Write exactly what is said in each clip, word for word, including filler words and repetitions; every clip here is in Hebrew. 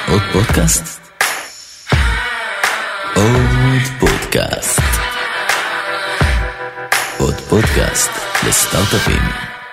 עוד פודקאסט? עוד פודקאסט. עוד פודקאסט לסטארט-אפים.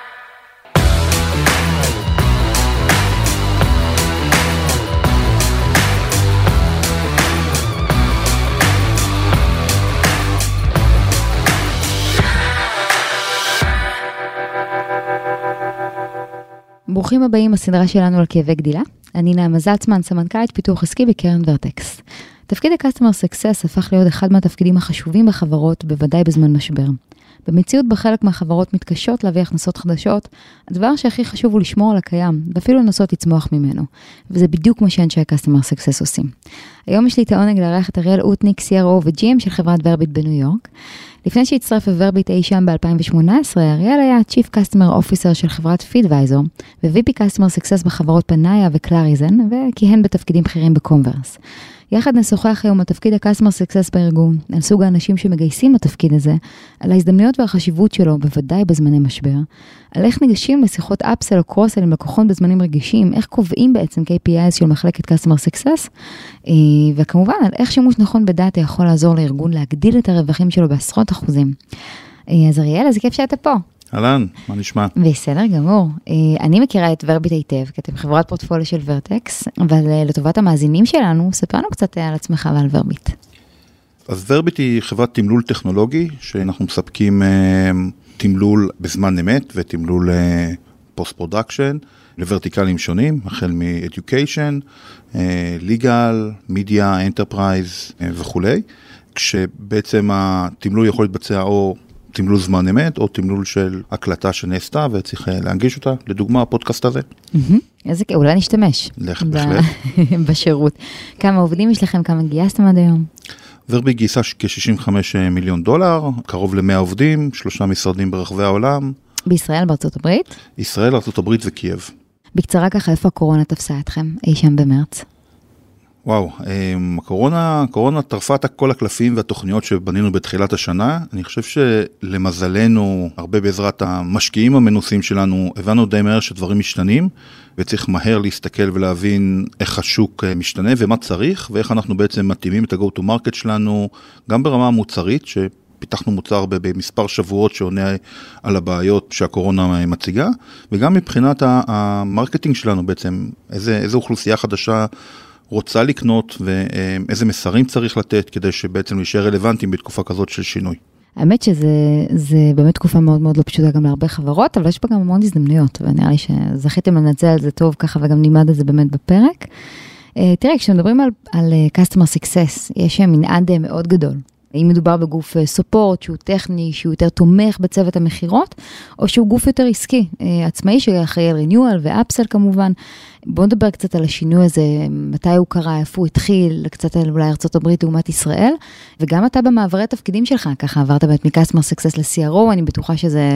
ברוכים הבאים בסדרה שלנו על כאבי גדילה. אני נעמה זלצמן, סמנכ"לית פיתוח עסקי בקרן ורטקס. תפקיד ה-Customer Success הפך להיות אחד מהתפקידים החשובים בחברות, בוודאי בזמן משבר. במציאות בחלק מהחברות מתקשות להביא הכנסות חדשות, הדבר שהכי חשוב הוא לשמור על הקיים, ואפילו לנסות לצמוח ממנו. וזה בדיוק מה שאנשי ה-Customer Success עושים. היום יש לי את העונג לארח את אריאל אוטניק, סי אר או ו-ג'י אם של חברת ורביט בניו יורק. לפני שהצטרף לוורביט אי שם ב-אלפיים שמונה עשרה, אריאל היה Chief Customer Officer של חברת פידוויזור, ו-וי פי Customer Success בחברות פנאיה וקלאריזן, וכיהן בתפקידים בכירים בקונברס. יחד נשוחח היום על תפקיד ה-Customer Success בארגון, על סוג האנשים שמגייסים לתפקיד הזה, על ההזדמנויות והחשיבות שלו, בוודאי בזמני משבר, על איך ניגשים לשיחות אפסל או קרוסל עם לקוחות בזמנים רגישים, איך קובעים בעצם קיי פי איז של מחלקת Customer Success, וכמובן על איך שימוש נכון בדאטה יכול לעזור לארגון להגדיל את הרווחים שלו בעשרות אחוזים. אז אריאל, אז כיף שאתה פה. אהלן, מה נשמע? בסדר גמור. אני מכירה את ורביט היטב, כי אתם חברת פורטפוליו של ורטקס, אבל לטובת המאזינים שלנו, ספרנו קצת על עצמך ועל ורביט. אז ורביט היא חברת תמלול טכנולוגי, שאנחנו מספקים תמלול בזמן אמת, ותמלול פוסט פרודקשן, לוורטיקלים שונים, החל מ-education, legal, media, enterprise וכו'. כשבעצם התמלול יכול להתבצע או תמלול זמן אמת, או תמלול של הקלטה שנעשתה, וצריך להנגיש אותה, לדוגמה, הפודקאסט הזה. איזה, אולי נשתמש. בהחלט. בשירות. כמה עובדים יש לכם, כמה גייסתם עד היום? ורביט גייסה כ-שישים וחמישה מיליון דולר, קרוב ל-מאה עובדים, שלושה משרדים ברחבי העולם. בישראל, בארצות הברית? ישראל, ארצות הברית וקייב. בקצרה ככה, איפה הקורונה תפסה אתכם? אי שם במרץ. וואו, הקורונה, הקורונה טרפה את כל הקלפים והתוכניות שבנינו בתחילת השנה. אני חושב שלמזלנו, הרבה בעזרת המשקיעים המנוסים שלנו, הבנו די מהר שדברים משתנים, וצריך מהר להסתכל ולהבין איך השוק משתנה ומה צריך, ואיך אנחנו בעצם מתאימים את ה-go to market שלנו, גם ברמה המוצרית, שפיתחנו מוצר במספר שבועות שעונה על הבעיות שהקורונה מציגה, וגם מבחינת המרקטינג שלנו בעצם, איזה, איזה אוכלוסייה חדשה רוצה לקנות, ואיזה מסרים צריך לתת, כדי שבעצם להישאר רלוונטיים בתקופה כזאת של שינוי. האמת שזה זה באמת תקופה מאוד מאוד לא פשוטה גם להרבה חברות, אבל יש פה גם המון הזדמנויות, ונראה לי שזכיתם לנצל על זה טוב ככה, וגם נלמד על זה באמת בפרק. תראה, כשמדברים על, על Customer Success, יש מנעד מאוד גדול. אם מדובר בגוף סופורט, שהוא טכני, שהוא יותר תומך בצוות המחירות, או שהוא גוף יותר עסקי, עצמאי שאחראי על ריניואל ואפסל כמובן. בואו נדבר קצת על השינוי הזה, מתי הוא קרה, איפה הוא התחיל, קצת על אולי ארצות הברית לעומת ישראל, וגם אתה במעברי תפקידים שלך, ככה עברת באמת מ-Customer Success ל-סי אר או, אני בטוחה שזה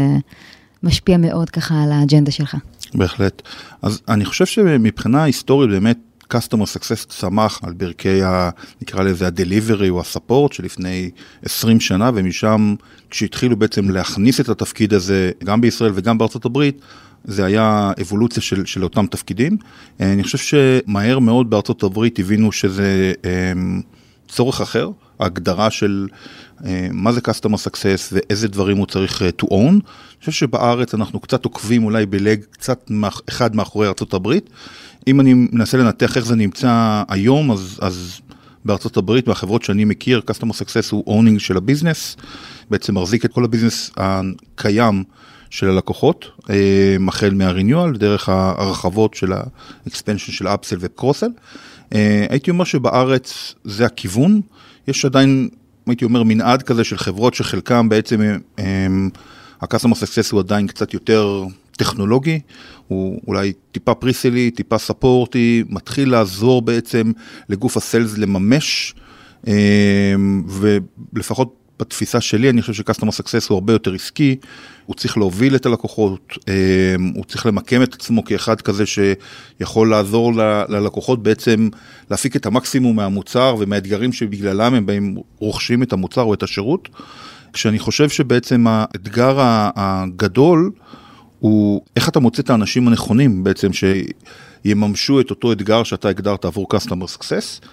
משפיע מאוד ככה על האג'נדה שלך. בהחלט. אז אני חושב שמבחינה היסטורית באמת, Customer Success צמח על ברכי, ה, נקרא לזה, ה-Delivery או ה-Support שלפני עשרים שנה, ומשם כשהתחילו בעצם להכניס את התפקיד הזה, גם בישראל וגם בארצות הברית, זה היה אבולוציה של, של אותם תפקידים. אני חושב שמהר מאוד בארצות הברית הבינו שזה um, צורך אחר, ההגדרה של uh, מה זה Customer Success ואיזה דברים הוא צריך uh, to own. אני חושב שבארץ אנחנו קצת עוקבים אולי בלג קצת אחד מאחורי ארצות הברית. אם אני מנסה לנתח איך זה נמצא היום, אז, אז בארצות הברית, והחברות שאני מכיר, Customer Success הוא owning של הביזנס, בעצם מחזיק את כל הביזנס הקיים של הלקוחות, החל מהריניואל, דרך הרחבות של ה-expansion של האפסל וקרוסל. הייתי אומר שבארץ זה הכיוון, יש עדיין, הייתי אומר, מנעד כזה של חברות שחלקם בעצם, ה-Customer Success הוא עדיין קצת יותר טכנולוגי, הוא אולי טיפה פריסלי, טיפה ספורטי, מתחיל לעזור בעצם לגוף הסיילס לממש, ולפחות בתפיסה שלי, אני חושב ש-Customer Success הוא הרבה יותר עסקי, הוא צריך להוביל את הלקוחות, הוא צריך למקם את עצמו כאחד כזה שיכול לעזור ללקוחות בעצם להפיק את המקסימום מהמוצר ומהאתגרים שבגללם הם באים רוכשים את המוצר או את השירות, כשאני חושב שבעצם האתגר הגדול הוא איך אתה מוצא את האנשים הנכונים בעצם יממשו את אותו אתגר שאתה הגדרת עבור Customer Success.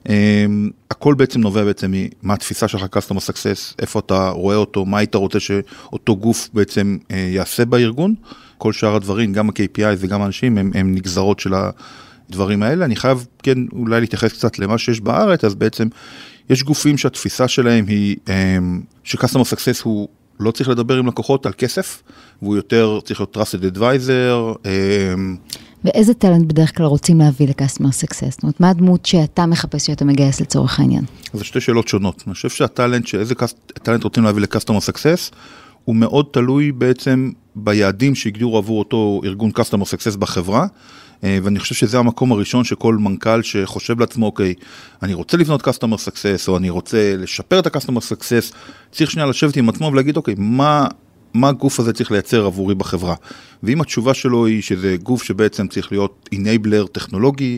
הכל בעצם נובע בעצם מה התפיסה שלך Customer Success, איפה אתה רואה אותו, מה היית רוצה שאותו גוף בעצם יעשה בארגון. כל שאר הדברים, גם ה-K P I וגם האנשים, הם, הם נגזרות של הדברים האלה. אני חייב, כן, אולי להתייחס קצת למה שיש בארץ, אז בעצם יש גופים שהתפיסה שלהם היא, ש-Customer Success הוא לא צריך לדבר עם לקוחות על כסף, והוא יותר צריך להיות Trusted Advisor. ואיזה טלנט בדרך כלל רוצים להביא ל-Customer Success? זאת אומרת, מה הדמות שאתה מחפש שאתה מגייס לצורך העניין? אז שתי שאלות שונות. אני חושב שהטלנט, שאיזה טלנט רוצים להביא ל-Customer Success, הוא מאוד תלוי בעצם ביעדים שהגדירו עבור אותו ארגון Customer Success בחברה, ואני חושב שזה המקום הראשון שכל מנכ"ל שחושב לעצמו, אוקיי, אני רוצה לבנות Customer Success, או אני רוצה לשפר את ה-Customer Success, צריך שנייה לשבת עם עצמו ולהגיד, אוקיי, מה, מה הגוף הזה צריך לייצר עבורי בחברה? ואם התשובה שלו היא שזה גוף שבעצם צריך להיות enabler טכנולוגי,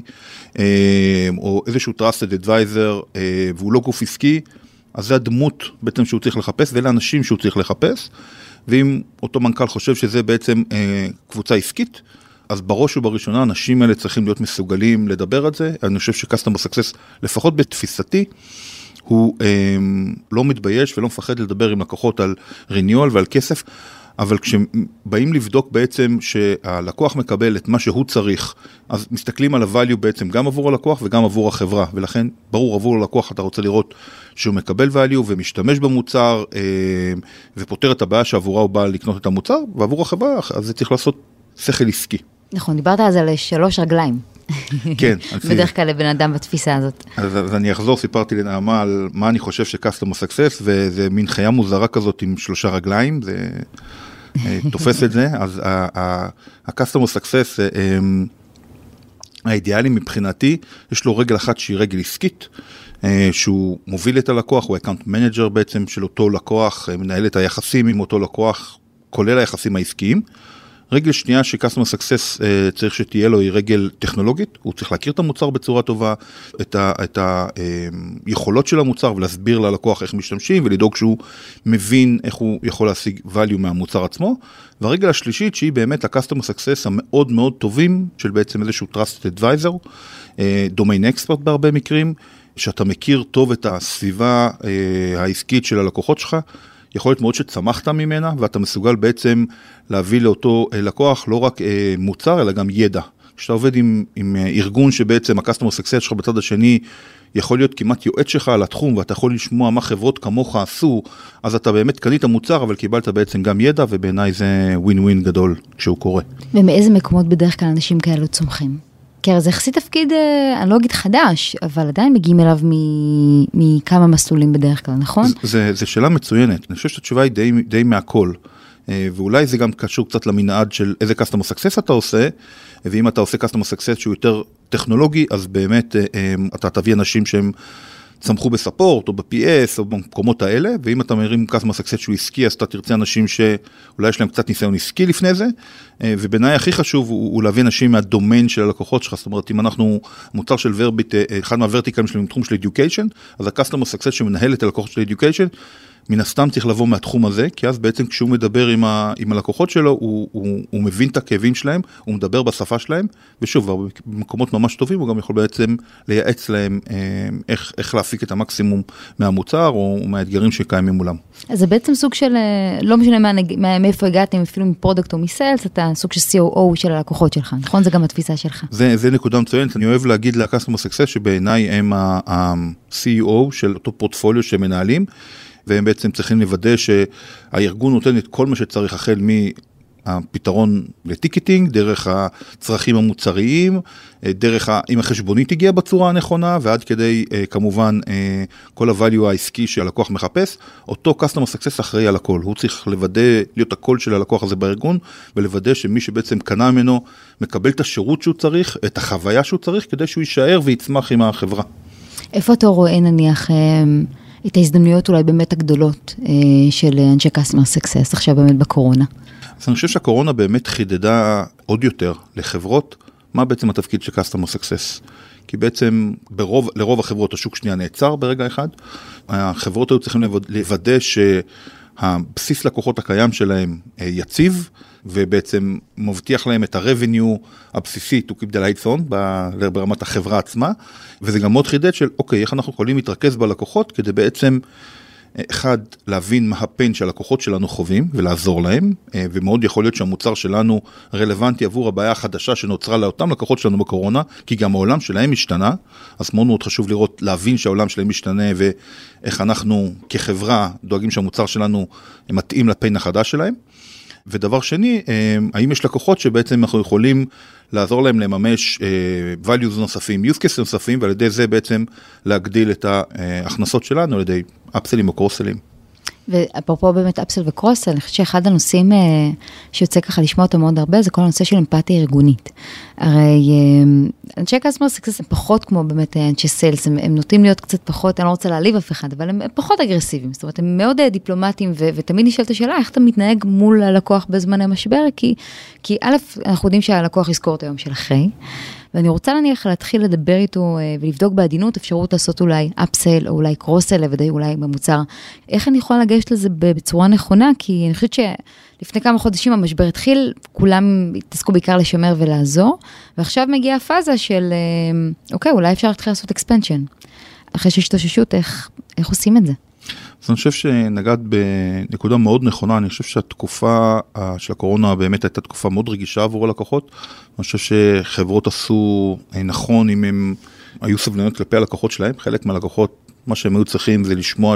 או איזשהו trusted advisor, והוא לא גוף עסקי, אז זה הדמות בעצם שהוא צריך לחפש, ואלה אנשים שהוא צריך לחפש, ואם אותו מנכ"ל חושב שזה בעצם אה, קבוצה עסקית, אז בראש ובראשונה האנשים האלה צריכים להיות מסוגלים לדבר על זה. אני חושב ש-Customer Success, לפחות בתפיסתי, הוא אה, לא מתבייש ולא מפחד לדבר עם לקוחות על renewal ועל כסף, אבל כשבאים לבדוק בעצם שהלקוח מקבל את מה שהוא צריך, אז מסתכלים על ה-value בעצם גם עבור הלקוח וגם עבור החברה, ולכן ברור עבור הלקוח אתה רוצה לראות שהוא מקבל value ומשתמש במוצר, ופותר את הבעיה שעבורה הוא בא לקנות את המוצר, ועבור החברה אז זה צריך לעשות שכל עסקי. נכון, דיברת אז על שלוש רגליים. כן. בדרך כלל לבן אדם בתפיסה הזאת. אז, אז אני אחזור, סיפרתי לנעמה על מה אני חושב ש-Customer Success, וזה מין חיה מוזרה כזאת עם שלושה רגליים, זה תופס את זה. אז ה-Customer Success, האידיאלי מבחינתי, יש לו רגל אחת שהיא רגל עסקית, שהוא מוביל את הלקוח, הוא אקאונט מנג'ר בעצם של אותו לקוח, מנהל את היחסים עם אותו לקוח, כולל היחסים העסקיים. רגל שנייה ש-Customer Success uh, צריך שתהיה לו היא רגל טכנולוגית, הוא צריך להכיר את המוצר בצורה טובה, את היכולות uh, של המוצר ולהסביר ללקוח איך משתמשים ולדאוג שהוא מבין איך הוא יכול להשיג value מהמוצר עצמו. והרגל השלישית שהיא באמת ה-Customer Success המאוד מאוד טובים של בעצם איזשהו Trusted Advisor, uh, Domain Expert בהרבה מקרים, שאתה מכיר טוב את הסביבה uh, העסקית של הלקוחות שלך, יכול להיות מאוד שצמחת ממנה, ואתה מסוגל בעצם להביא לאותו לקוח לא רק מוצר, אלא גם ידע. כשאתה עובד עם, עם ארגון שבעצם ה-Customer Success שלך בצד השני, יכול להיות כמעט יועץ שלך על התחום, ואתה יכול לשמוע מה חברות כמוך עשו, אז אתה באמת קנית מוצר, אבל קיבלת בעצם גם ידע, ובעיניי זה ווין ווין גדול כשהוא קורה. ומאיזה מקומות בדרך כלל אנשים כאלו צומחים? כי הרי זה יחסית תפקיד, אני לא אגיד חדש, אבל עדיין מגיעים אליו מכמה מסלולים בדרך כלל, נכון? זו שאלה מצוינת. אני חושב שהתשובה היא די, די מהכל. ואולי זה גם קשור קצת למנעד של איזה Customer Success אתה עושה, ואם אתה עושה Customer Success שהוא יותר טכנולוגי, אז באמת אתה תביא אנשים שהם צמחו בספורט, או ב-פי אס, או במקומות האלה, ואם אתה מרים Customer Success שהוא עסקי, אז אתה תרצה אנשים שאולי יש להם קצת ניסיון עסקי לפני זה, ובעיניי הכי חשוב הוא, הוא להביא אנשים מהדומיין של הלקוחות שלך, זאת אומרת, אם אנחנו, מוצר של ורביט, אחד מהוורטיקלים שלנו בתחום של Education, אז ה-Customer Success שמנהל את הלקוחות של Education, מן הסתם צריך לבוא מהתחום הזה, כי אז בעצם כשהוא מדבר עם, ה, עם הלקוחות שלו, הוא, הוא, הוא מבין את הכאבים שלהם, הוא מדבר בשפה שלהם, ושוב, במקומות ממש טובים, הוא גם יכול בעצם לייעץ להם איך, איך להפיק את המקסימום מהמוצר, או מהאתגרים שקיימים מולם. אז זה בעצם סוג של, לא משנה מה, מה, מאיפה הגעתם, אפילו מפרודקט או מסיילס, אתה סוג של סי או או של הלקוחות שלך, נכון? זה גם התפיסה שלך. זה, זה נקודה מצוינת, אני אוהב להגיד ל-Customer Success, שבעיניי הם ה-סי או של אותו פורטפוליו שמנהלים, והם בעצם צריכים לוודא שהארגון נותן את כל מה שצריך החל מהפתרון לטיקטינג, דרך הצרכים המוצריים, דרך אם החשבונית הגיעה בצורה הנכונה, ועד כדי כמובן כל ה-value העסקי שהלקוח מחפש, אותו Customer Success אחראי על הכל, הוא צריך לוודא, להיות הקול של הלקוח הזה בארגון, ולוודא שמי שבעצם קנה ממנו, מקבל את השירות שהוא צריך, את החוויה שהוא צריך, כדי שהוא יישאר ויצמח עם החברה. איפה אתה רואה נניח את ההזדמנויות אולי באמת הגדולות של אנשי Customer Success, עכשיו באמת בקורונה? אז אני חושב שהקורונה באמת חידדה עוד יותר לחברות, מה בעצם התפקיד של Customer Success. כי בעצם ברוב, לרוב החברות השוק שנייה נעצר ברגע אחד, החברות היו צריכים לוודא הבסיס לקוחות הקיים שלהם יציב, ובעצם מבטיח להם את ה-revenue הבסיסי to keep the lights on ברמת החברה עצמה, וזה גם מאוד חידד של, אוקיי, איך אנחנו יכולים להתרכז בלקוחות, כדי בעצם, אחד, להבין מה הפן שהלקוחות שלנו חווים, ולעזור להם, ומאוד יכול להיות שהמוצר שלנו רלוונטי עבור הבעיה החדשה שנוצרה לאותם לקוחות שלנו בקורונה, כי גם העולם שלהם משתנה, אז מאוד מאוד חשוב לראות, להבין שהעולם שלהם משתנה, ואיך אנחנו כחברה דואגים שהמוצר שלנו מתאים לפן החדש שלהם. ודבר שני, האם יש לקוחות שבעצם אנחנו יכולים לעזור להם לממש values נוספים, use cases נוספים, ועל ידי זה בעצם להגדיל את ההכנסות שלנו על ידי אפסלים או קרוסלים. ואפרופו באמת אפסל וקרוסל, אני חושבת שאחד הנושאים שיוצא ככה לשמוע אותו מאוד הרבה, זה כל הנושא של אמפתיה ארגונית. הרי אנשי customer success הם פחות כמו באמת אנשי סיילס, הם, הם נוטים להיות קצת פחות, אני לא רוצה להעליב אף אחד, אבל הם פחות אגרסיביים, זאת אומרת, הם מאוד דיפלומטיים, ו- ותמיד נשאלת השאלה, איך אתה מתנהג מול הלקוח בזמני משבר, כי, כי א', אנחנו יודעים שהלקוח יזכור את היום של אחרי, ואני רוצה להניח להתחיל לדבר איתו ולבדוק בעדינות אפשרות לעשות אולי אפסל או אולי קרוסל, לוודאי אולי במוצר. איך אני יכולה לגשת לזה בצורה נכונה? כי אני חושבת שלפני כמה חודשים המשבר התחיל, כולם התעסקו בעיקר לשמר ולעזור, ועכשיו מגיעה הפאזה של, אוקיי, אולי אפשר להתחיל לעשות אקספנשן. אחרי שיש תוששות, איך, איך עושים את זה? אז אני חושב שנגעת בנקודה מאוד נכונה, אני חושב שהתקופה של הקורונה באמת הייתה תקופה מאוד רגישה עבור הלקוחות, אני חושב שחברות עשו נכון אם הם היו סבלניות כלפי הלקוחות שלהם, חלק מהלקוחות, מה שהם היו צריכים זה לשמוע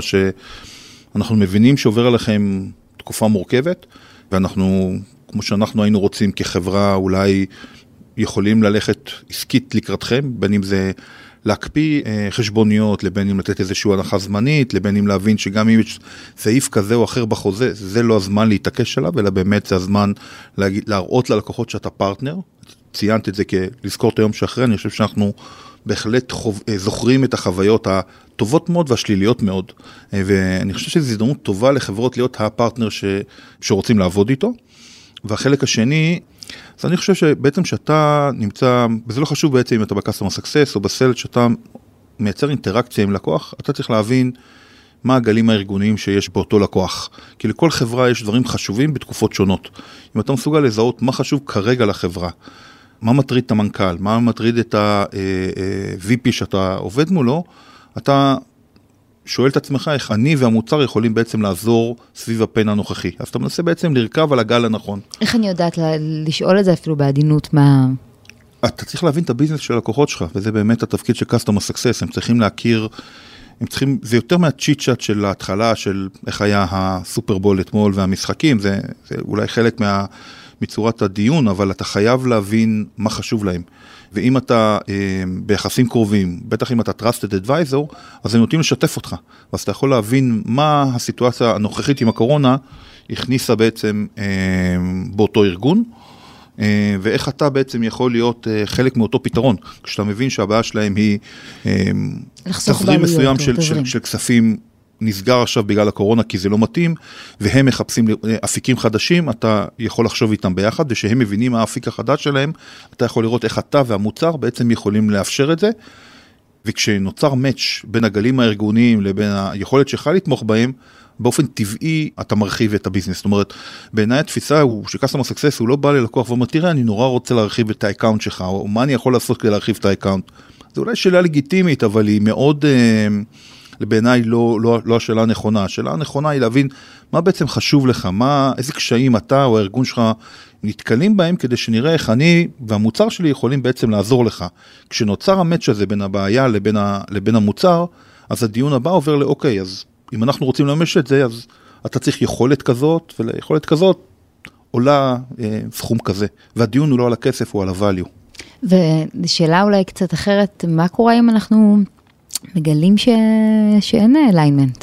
שאנחנו מבינים שעובר עליכם תקופה מורכבת, ואנחנו, כמו שאנחנו היינו רוצים כחברה, אולי יכולים ללכת עסקית לקראתכם, בין אם זה להקפיא חשבוניות, לבין אם לתת איזושהי הנחה זמנית, לבין אם להבין שגם אם יש סעיף כזה או אחר בחוזה, זה לא הזמן להתעקש עליו, אלא באמת זה הזמן להראות ללקוחות שאתה פרטנר. ציינת את זה כלזכור את היום שאחרי, אני חושב שאנחנו בהחלט חוב, זוכרים את החוויות הטובות מאוד והשליליות מאוד, ואני חושב שזו הזדמנות טובה לחברות להיות הפרטנר ש, שרוצים לעבוד איתו. והחלק השני, אז אני חושב שבעצם שאתה נמצא, וזה לא חשוב בעצם אם אתה ב-Customer Success או בסלט, שאתה מייצר אינטראקציה עם לקוח, אתה צריך להבין מה הגלים הארגוניים שיש באותו לקוח. כי לכל חברה יש דברים חשובים בתקופות שונות. אם אתה מסוגל לזהות מה חשוב כרגע לחברה, מה מטריד את המנכ"ל, מה מטריד את ה-וי פי שאתה עובד מולו, אתה שואל את עצמך איך אני והמוצר יכולים בעצם לעזור סביב הפן הנוכחי. אז אתה מנסה בעצם לרכב על הגל הנכון. איך אני יודעת לשאול את זה אפילו בעדינות מה... אתה צריך להבין את הביזנס של הלקוחות שלך, וזה באמת התפקיד של Customer Success. הם צריכים להכיר, הם צריכים, זה יותר מהצ'יט-צ'אט של ההתחלה, של איך היה הסופרבול אתמול והמשחקים, זה, זה אולי חלק מה, מצורת הדיון, אבל אתה חייב להבין מה חשוב להם. ואם אתה אה, ביחסים קרובים, בטח אם אתה trusted advisor, אז הם נוטים לשתף אותך. אז אתה יכול להבין מה הסיטואציה הנוכחית עם הקורונה הכניסה בעצם אה, באותו ארגון, אה, ואיך אתה בעצם יכול להיות אה, חלק מאותו פתרון. כשאתה מבין שהבעיה שלהם היא אה, תזרים מסוים של, של, של כספים, נסגר עכשיו בגלל הקורונה כי זה לא מתאים, והם מחפשים אפיקים חדשים, אתה יכול לחשוב איתם ביחד, ושהם מבינים מה האפיק החדש שלהם, אתה יכול לראות איך אתה והמוצר בעצם יכולים לאפשר את זה, וכשנוצר מאץ' בין הגלים הארגוניים לבין היכולת שלך לתמוך בהם, באופן טבעי אתה מרחיב את הביזנס. זאת אומרת, בעיניי התפיסה הוא ש-Customer Success הוא לא בא ללקוח ואומר, תראה, אני נורא רוצה להרחיב את האקאונט שלך, או מה אני יכול לעשות כדי להרחיב את האקאונט. זו אולי שאלה לגיטימית, אבל היא מאוד... בעיניי לא, לא, לא השאלה הנכונה. השאלה הנכונה היא להבין מה בעצם חשוב לך, מה, איזה קשיים אתה או הארגון שלך נתקלים בהם, כדי שנראה איך אני והמוצר שלי יכולים בעצם לעזור לך. כשנוצר המאץ' הזה בין הבעיה לבין, ה, לבין המוצר, אז הדיון הבא עובר לאוקיי, אז אם אנחנו רוצים לממש את זה, אז אתה צריך יכולת כזאת, וליכולת כזאת עולה אה, סכום כזה. והדיון הוא לא על הכסף, הוא על הvalue. ושאלה אולי קצת אחרת, מה קורה אם אנחנו... מגלים ש... שאין אליינמנט,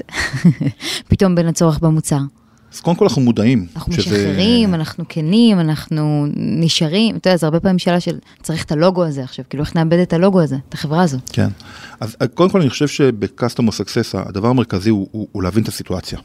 פתאום בין הצורך במוצר. אז קודם כל אנחנו מודעים. אנחנו שזה... משחררים, אנחנו כנים, אנחנו נשארים, אתה יודע, זה הרבה פעמים שאלה של צריך את הלוגו הזה עכשיו, כאילו איך נאבד את הלוגו הזה, את החברה הזאת. כן, אז קודם כל אני חושב שב-Customer Success הדבר המרכזי הוא, הוא, הוא להבין את הסיטואציה.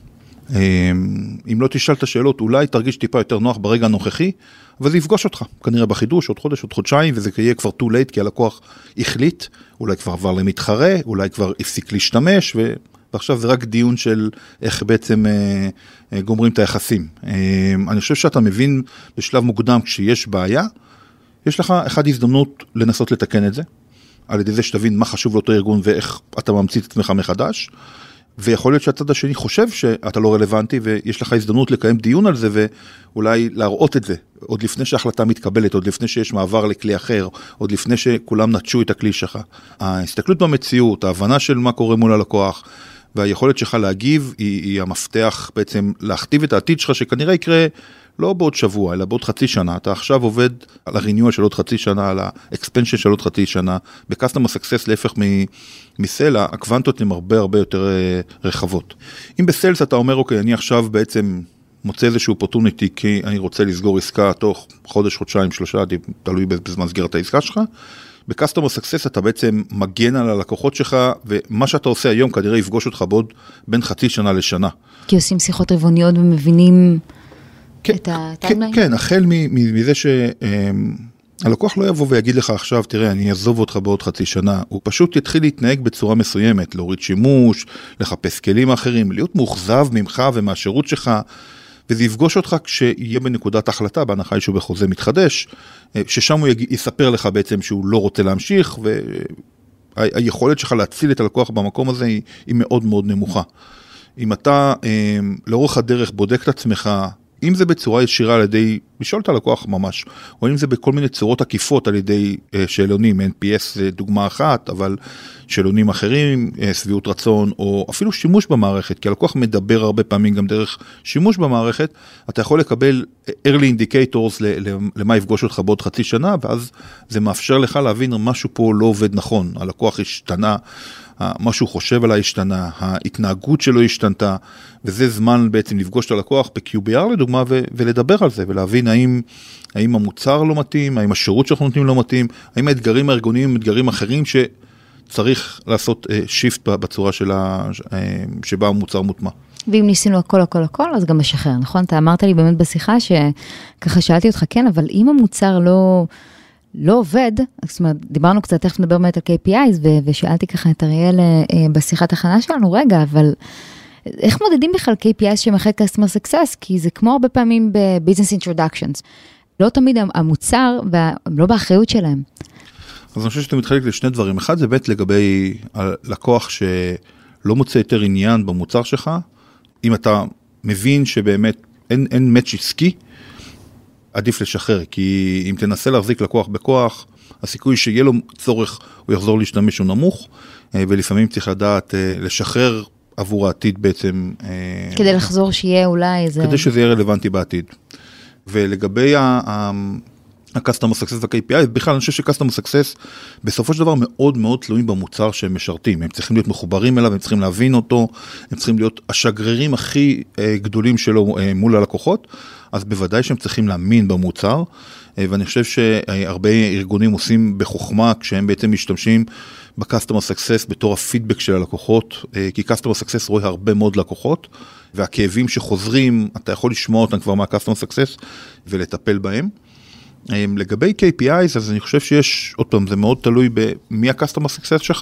אם לא תשאל את השאלות, אולי תרגיש טיפה יותר נוח ברגע הנוכחי, אבל זה יפגוש אותך, כנראה בחידוש, עוד חודש, עוד חודשיים, וזה יהיה כבר too late, כי הלקוח החליט, אולי כבר עבר למתחרה, אולי כבר הפסיק להשתמש, ועכשיו זה רק דיון של איך בעצם אה, אה, גומרים את היחסים. אה, אני חושב שאתה מבין בשלב מוקדם כשיש בעיה, יש לך אחד הזדמנות לנסות לתקן את זה, על ידי זה שתבין מה חשוב לאותו ארגון ואיך אתה ממציא את עצמך מחדש, ויכול להיות שהצד השני חושב שאתה לא רלוונטי, ויש לך הזדמנות לקיים דיון על זה, ואולי להראות את זה, עוד לפני שההחלטה מתקבלת, עוד לפני שיש מעבר לכלי אחר, עוד לפני שכולם נטשו את הכלי שלך. ההסתכלות במציאות, ההבנה של מה קורה מול הלקוח, והיכולת שלך להגיב, היא, היא המפתח בעצם להכתיב את העתיד שלך, שכנראה יקרה לא בעוד שבוע, אלא בעוד חצי שנה. אתה עכשיו עובד על הריניואל של עוד חצי שנה, על האקספנשן של עוד חצי שנה. בקסטומר סקסס, להפך מסל, הקוונטות הן הרבה הרבה יותר רחבות. אם בסלס אתה אומר, אוקיי, אני עכשיו בעצם מוצא איזשהו אופורטוניטי, כי אני רוצה לסגור עסקה תוך חודש, חודשיים, שלושה, תלוי בזמן סגירת העסקה שלך. בקסטומר סקסס אתה בעצם מגן על הלקוחות שלך, ומה שאתה עושה היום כנראה יפגוש אותך בעוד בין חצי שנה לשנה. כי עושים שיחות רבעוניות ומבינים את הטיימליין? כן, החל מזה שהלקוח לא יבוא ויגיד לך עכשיו, תראה, אני אעזוב אותך בעוד חצי שנה, הוא פשוט יתחיל להתנהג בצורה מסוימת, להוריד שימוש, לחפש כלים אחרים, להיות מאוכזב ממך ומהשירות שלך, וזה יפגוש אותך כשיהיה בנקודת החלטה, בהנחה איזשהו בחוזה מתחדש, ששם הוא יספר לך בעצם שהוא לא רוצה להמשיך, והיכולת שלך להציל את הלקוח במקום הזה היא, היא מאוד מאוד נמוכה. אם אתה לאורך הדרך בודק את עצמך, אם זה בצורה ישירה על ידי, לשאול את הלקוח ממש, או אם זה בכל מיני צורות עקיפות על ידי שאלונים, אן פי אס זה דוגמה אחת, אבל שאלונים אחרים, סביעות רצון, או אפילו שימוש במערכת, כי הלקוח מדבר הרבה פעמים גם דרך שימוש במערכת, אתה יכול לקבל early indicators למה יפגוש אותך בעוד חצי שנה, ואז זה מאפשר לך להבין משהו פה לא עובד נכון, הלקוח השתנה, מה שהוא חושב עליי השתנה, ההתנהגות שלו השתנתה, וזה זמן בעצם לפגוש את הלקוח ב-קיו בי אר לדוגמה, ו- ולדבר על זה, ולהבין האם, האם המוצר לא מתאים, האם השירות שאנחנו נותנים לא מתאים, האם האתגרים הארגוניים הם אתגרים אחרים שצריך לעשות שיפט בצורה שלה, שבה המוצר מוטמע. ואם ניסינו הכל, הכל, הכל, אז גם משחרר, נכון? אתה אמרת לי באמת בשיחה שככה שאלתי אותך, כן, אבל אם המוצר לא... לא עובד, זאת אומרת, דיברנו קצת, תכף נדבר באמת על קיי פי איז, ושאלתי ככה את אריאל בשיחת הכנה שלנו, רגע, אבל איך מודדים בכלל קיי פי איז שמחד Customer Success? כי זה כמו הרבה פעמים ב-Business Introductions. לא תמיד המוצר, לא באחריות שלהם. אז אני חושב שאתה מתחלק לשני דברים. אחד זה בית לגבי הלקוח שלא מוצא יותר עניין במוצר שלך, אם אתה מבין שבאמת אין, אין match עסקי, עדיף לשחרר, כי אם תנסה להחזיק לקוח בכוח, הסיכוי שיהיה לו צורך, הוא יחזור להשתמש הוא נמוך, ולפעמים צריך לדעת לשחרר עבור העתיד בעצם. כדי לחזור שיהיה אולי איזה... כדי שזה יהיה רלוונטי בעתיד. ולגבי ה-Customer Success וה-קיי פי איי, בכלל אני חושב ש-Customer Success בסופו של דבר מאוד מאוד תלויים במוצר שהם משרתים. הם צריכים להיות מחוברים אליו, הם צריכים להבין אותו, הם צריכים להיות השגרירים הכי גדולים שלו מול הלקוחות, אז בוודאי שהם צריכים להאמין במוצר, ואני חושב שהרבה ארגונים עושים בחוכמה, כשהם בעצם משתמשים ב-Customer Success בתור הפידבק של הלקוחות, כי Customer Success רואה הרבה מאוד לקוחות, והכאבים שחוזרים, אתה יכול לשמוע אותם כבר מה-Customer Success, ולטפל בהם. לגבי קיי פי איז, אז אני חושב שיש, עוד פעם, זה מאוד תלוי במי ה-Customer Success שלך,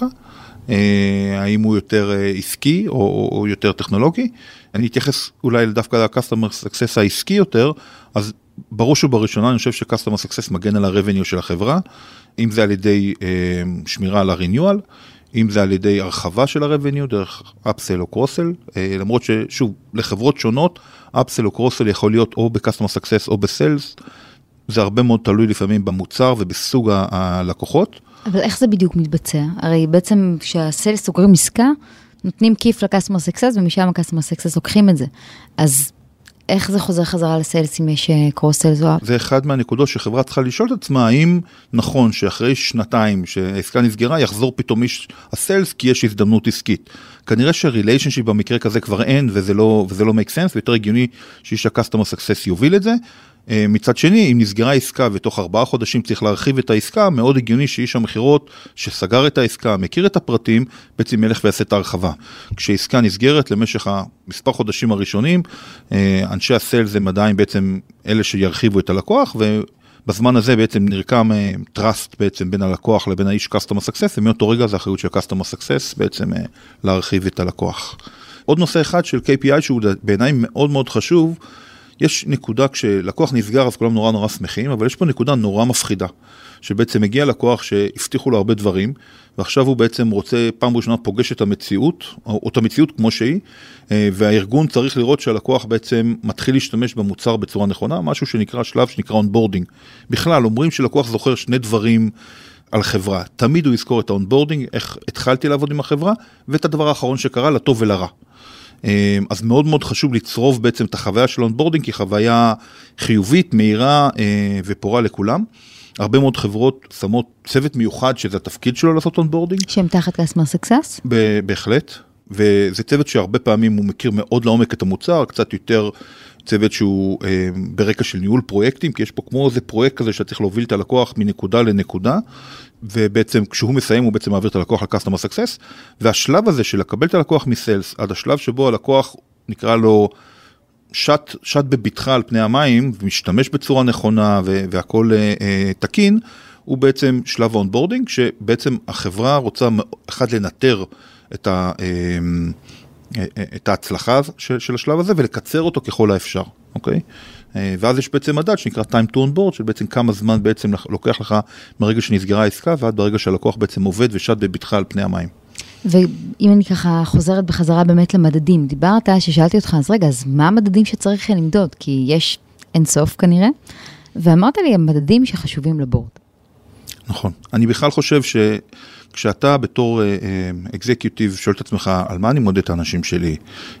האם הוא יותר עסקי או, או יותר טכנולוגי. אני אתייחס אולי דווקא ל-Customer Success העסקי יותר, אז בראש ובראשונה אני חושב ש-Customer Success מגן על ה-revenue של החברה, אם זה על ידי אה, שמירה על ה-renewal, אם זה על ידי הרחבה של ה-revenue, דרך upsell או cross-sell, אה, למרות ששוב, לחברות שונות, upsell או cross-sell יכול להיות או ב-Customer Success או ב-Sales, זה הרבה מאוד תלוי לפעמים במוצר ובסוג הלקוחות. אבל איך זה בדיוק מתבצע? הרי בעצם כשהסיילס סוגרים עסקה, נותנים כיף לקסטומר סקסס, ומשם הקסטומר סקסס לוקחים את זה. אז איך זה חוזר חזרה לסיילס אם יש קרוס סיילס? זה אחד מהנקודות שחברה צריכה לשאול את עצמה, האם נכון שאחרי שנתיים שהעסקה נסגרה, יחזור פתאום איש הסיילס כי יש הזדמנות עסקית. כנראה שהריליישנשיפ במקרה כזה כבר אין, וזה לא, וזה לא make sense, ויותר הגיוני שאיש הקסטומר סקסס יוביל את זה. מצד שני, אם נסגרה עסקה ותוך ארבעה חודשים צריך להרחיב את העסקה, מאוד הגיוני שאיש המחירות שסגר את העסקה, מכיר את הפרטים, בעצם ילך ויעשה את ההרחבה. כשעסקה נסגרת למשך המספר חודשים הראשונים, אנשי הסלס הם עדיין בעצם אלה שירחיבו את הלקוח, בזמן הזה בעצם נרקם trust בעצם בין הלקוח לבין האיש Customer Success, ומאותו רגע זה אחריות של Customer Success בעצם להרחיב את הלקוח. עוד נושא אחד של K P I שהוא בעיניי מאוד מאוד חשוב, יש נקודה כשלקוח נסגר אז כולם נורא נורא שמחים, אבל יש פה נקודה נורא מפחידה, שבעצם הגיע לקוח שהבטיחו לו הרבה דברים, ועכשיו הוא בעצם רוצה פעם ראשונה פוגש את המציאות, או את המציאות כמו שהיא, והארגון צריך לראות שהלקוח בעצם מתחיל להשתמש במוצר בצורה נכונה, משהו שנקרא שלב שנקרא אונבורדינג. בכלל, אומרים שלקוח זוכר שני דברים על חברה, תמיד הוא יזכור את האונבורדינג, איך התחלתי לעבוד עם החברה, ואת הדבר האחרון שקרה לטוב ולרע. אז מאוד מאוד חשוב לצרוב בעצם את החוויה של אונבורדינג, כי חוויה חיובית, מהירה ופורה לכולם. הרבה מאוד חברות שמות צוות מיוחד שזה התפקיד שלו לעשות אונבורדינג. שהם תחת Customer Success? בהחלט, וזה צוות שהרבה פעמים הוא מכיר מאוד לעומק את המוצר, קצת יותר צוות שהוא אה, ברקע של ניהול פרויקטים, כי יש פה כמו איזה פרויקט כזה שצריך להוביל את הלקוח מנקודה לנקודה, ובעצם כשהוא מסיים הוא בעצם מעביר את הלקוח ל-Customer Success, והשלב הזה של לקבל את הלקוח מסיילס, עד השלב שבו הלקוח נקרא לו שט, שט בביטחה על פני המים, ומשתמש בצורה נכונה והכל אה, אה, תקין, הוא בעצם שלב האונבורדינג, שבעצם החברה רוצה אחד לנטר את ה... אה, את ההצלחה של, של השלב הזה, ולקצר אותו ככל האפשר, אוקיי? ואז יש בעצם מדד שנקרא time to onboard, שבעצם כמה זמן בעצם לוקח לך מרגע שנסגרה העסקה, ועד ברגע שהלקוח בעצם עובד ושט בביטחה על פני המים. ואם אני ככה חוזרת בחזרה באמת למדדים, דיברת ששאלתי אותך, אז רגע, אז מה המדדים שצריך למדוד? כי יש אינסוף כנראה, ואמרת לי, המדדים שחשובים לבורד. נכון. אני בכלל חושב ש... כשאתה בתור אקזקיוטיב שואל את עצמך על מה אני מודד את האנשים שלי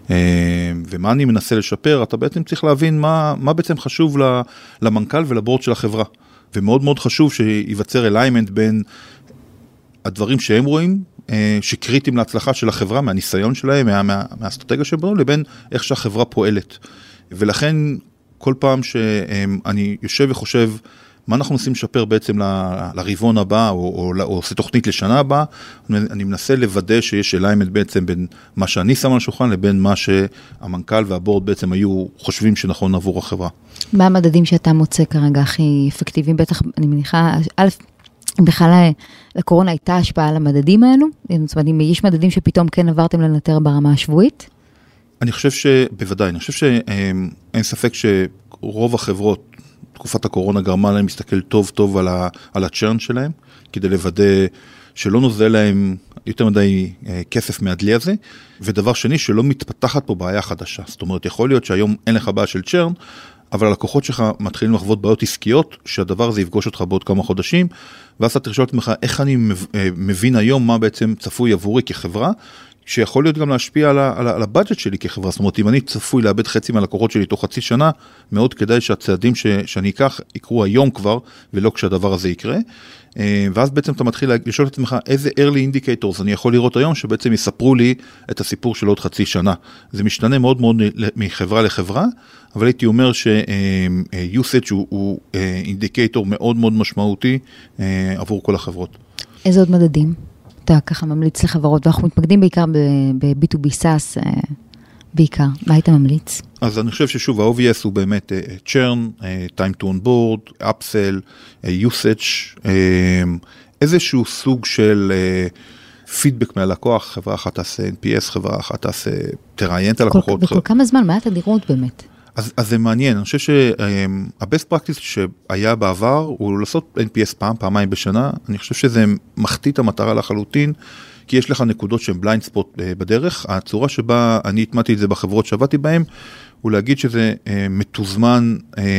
ומה אני מנסה לשפר, אתה בעצם צריך להבין מה, מה בעצם חשוב למנכ"ל ולבורד של החברה. ומאוד מאוד חשוב שיווצר אליימנט בין הדברים שהם רואים, שקריטיים להצלחה של החברה, מהניסיון שלהם, מה, מה, מהאסטרטגיה שבנו, לבין איך שהחברה פועלת. ולכן כל פעם שאני יושב וחושב, מה אנחנו עושים לשפר בעצם לרבעון הבא, או, או, או עושה תוכנית לשנה הבאה, אני מנסה לוודא שיש אליימנט בעצם בין מה שאני שם על השולחן, לבין מה שהמנכ"ל והבורד בעצם היו חושבים שנכון עבור החברה. מה המדדים שאתה מוצא כרגע הכי אפקטיביים? בטח, אני מניחה, א', בכלל לקורונה הייתה השפעה על המדדים האלו? זאת אומרת, אם יש מדדים שפתאום כן עברתם לנטר ברמה השבועית? אני חושב שבוודאי, אני חושב שאין ספק שרוב החברות, תקופת הקורונה גרמה להם להסתכל טוב טוב על, ה, על הצ'רן שלהם, כדי לוודא שלא נוזל להם יותר מדי אה, כסף מהדלי הזה, ודבר שני, שלא מתפתחת פה בעיה חדשה. זאת אומרת, יכול להיות שהיום אין לך בעיה של צ'רן, אבל הלקוחות שלך מתחילים לחוות בעיות עסקיות, שהדבר הזה יפגוש אותך בעוד כמה חודשים, ואז אתה תשאל את עצמך, איך אני מבין היום מה בעצם צפוי עבורי כחברה, שיכול להיות גם להשפיע על, על, על הבאג'ט שלי כחברה. זאת אומרת, אם אני צפוי לאבד חצי מהלקוחות שלי תוך חצי שנה, מאוד כדאי שהצעדים ש, שאני אקח יקרו היום כבר, ולא כשהדבר הזה יקרה. ואז בעצם אתה מתחיל לשאול את עצמך, איזה early indicators אני יכול לראות היום, שבעצם יספרו לי את הסיפור של עוד חצי שנה. זה משתנה מאוד מאוד מחברה לחברה, אבל הייתי אומר ש-usage הוא, הוא אינדיקטור מאוד מאוד משמעותי עבור כל החברות. איזה עוד מדדים? אתה ככה ממליץ לחברות, ואנחנו מתמקדים בעיקר ב-בי טו בי סאס, בעיקר. מה היית ממליץ? אז אני חושב ששוב, ה-או וי אס הוא באמת churn, time to onboard, upsell, usage, איזשהו סוג של פידבק מהלקוח, חברה אחת תעשה אן פי אס, חברה אחת תעשה תראיין את הלקוחות. וכל כמה זמן, מה התדירות באמת? אז, אז זה מעניין, אני חושב שה-best practice שהיה בעבר הוא לעשות אן פי אס פעם, פעמיים בשנה, אני חושב שזה מחטיא את המטרה לחלוטין, כי יש לך נקודות שהן בליינד ספוט בדרך, הצורה שבה אני התמדתי את זה בחברות שעבדתי בהן, הוא להגיד שזה מתוזמן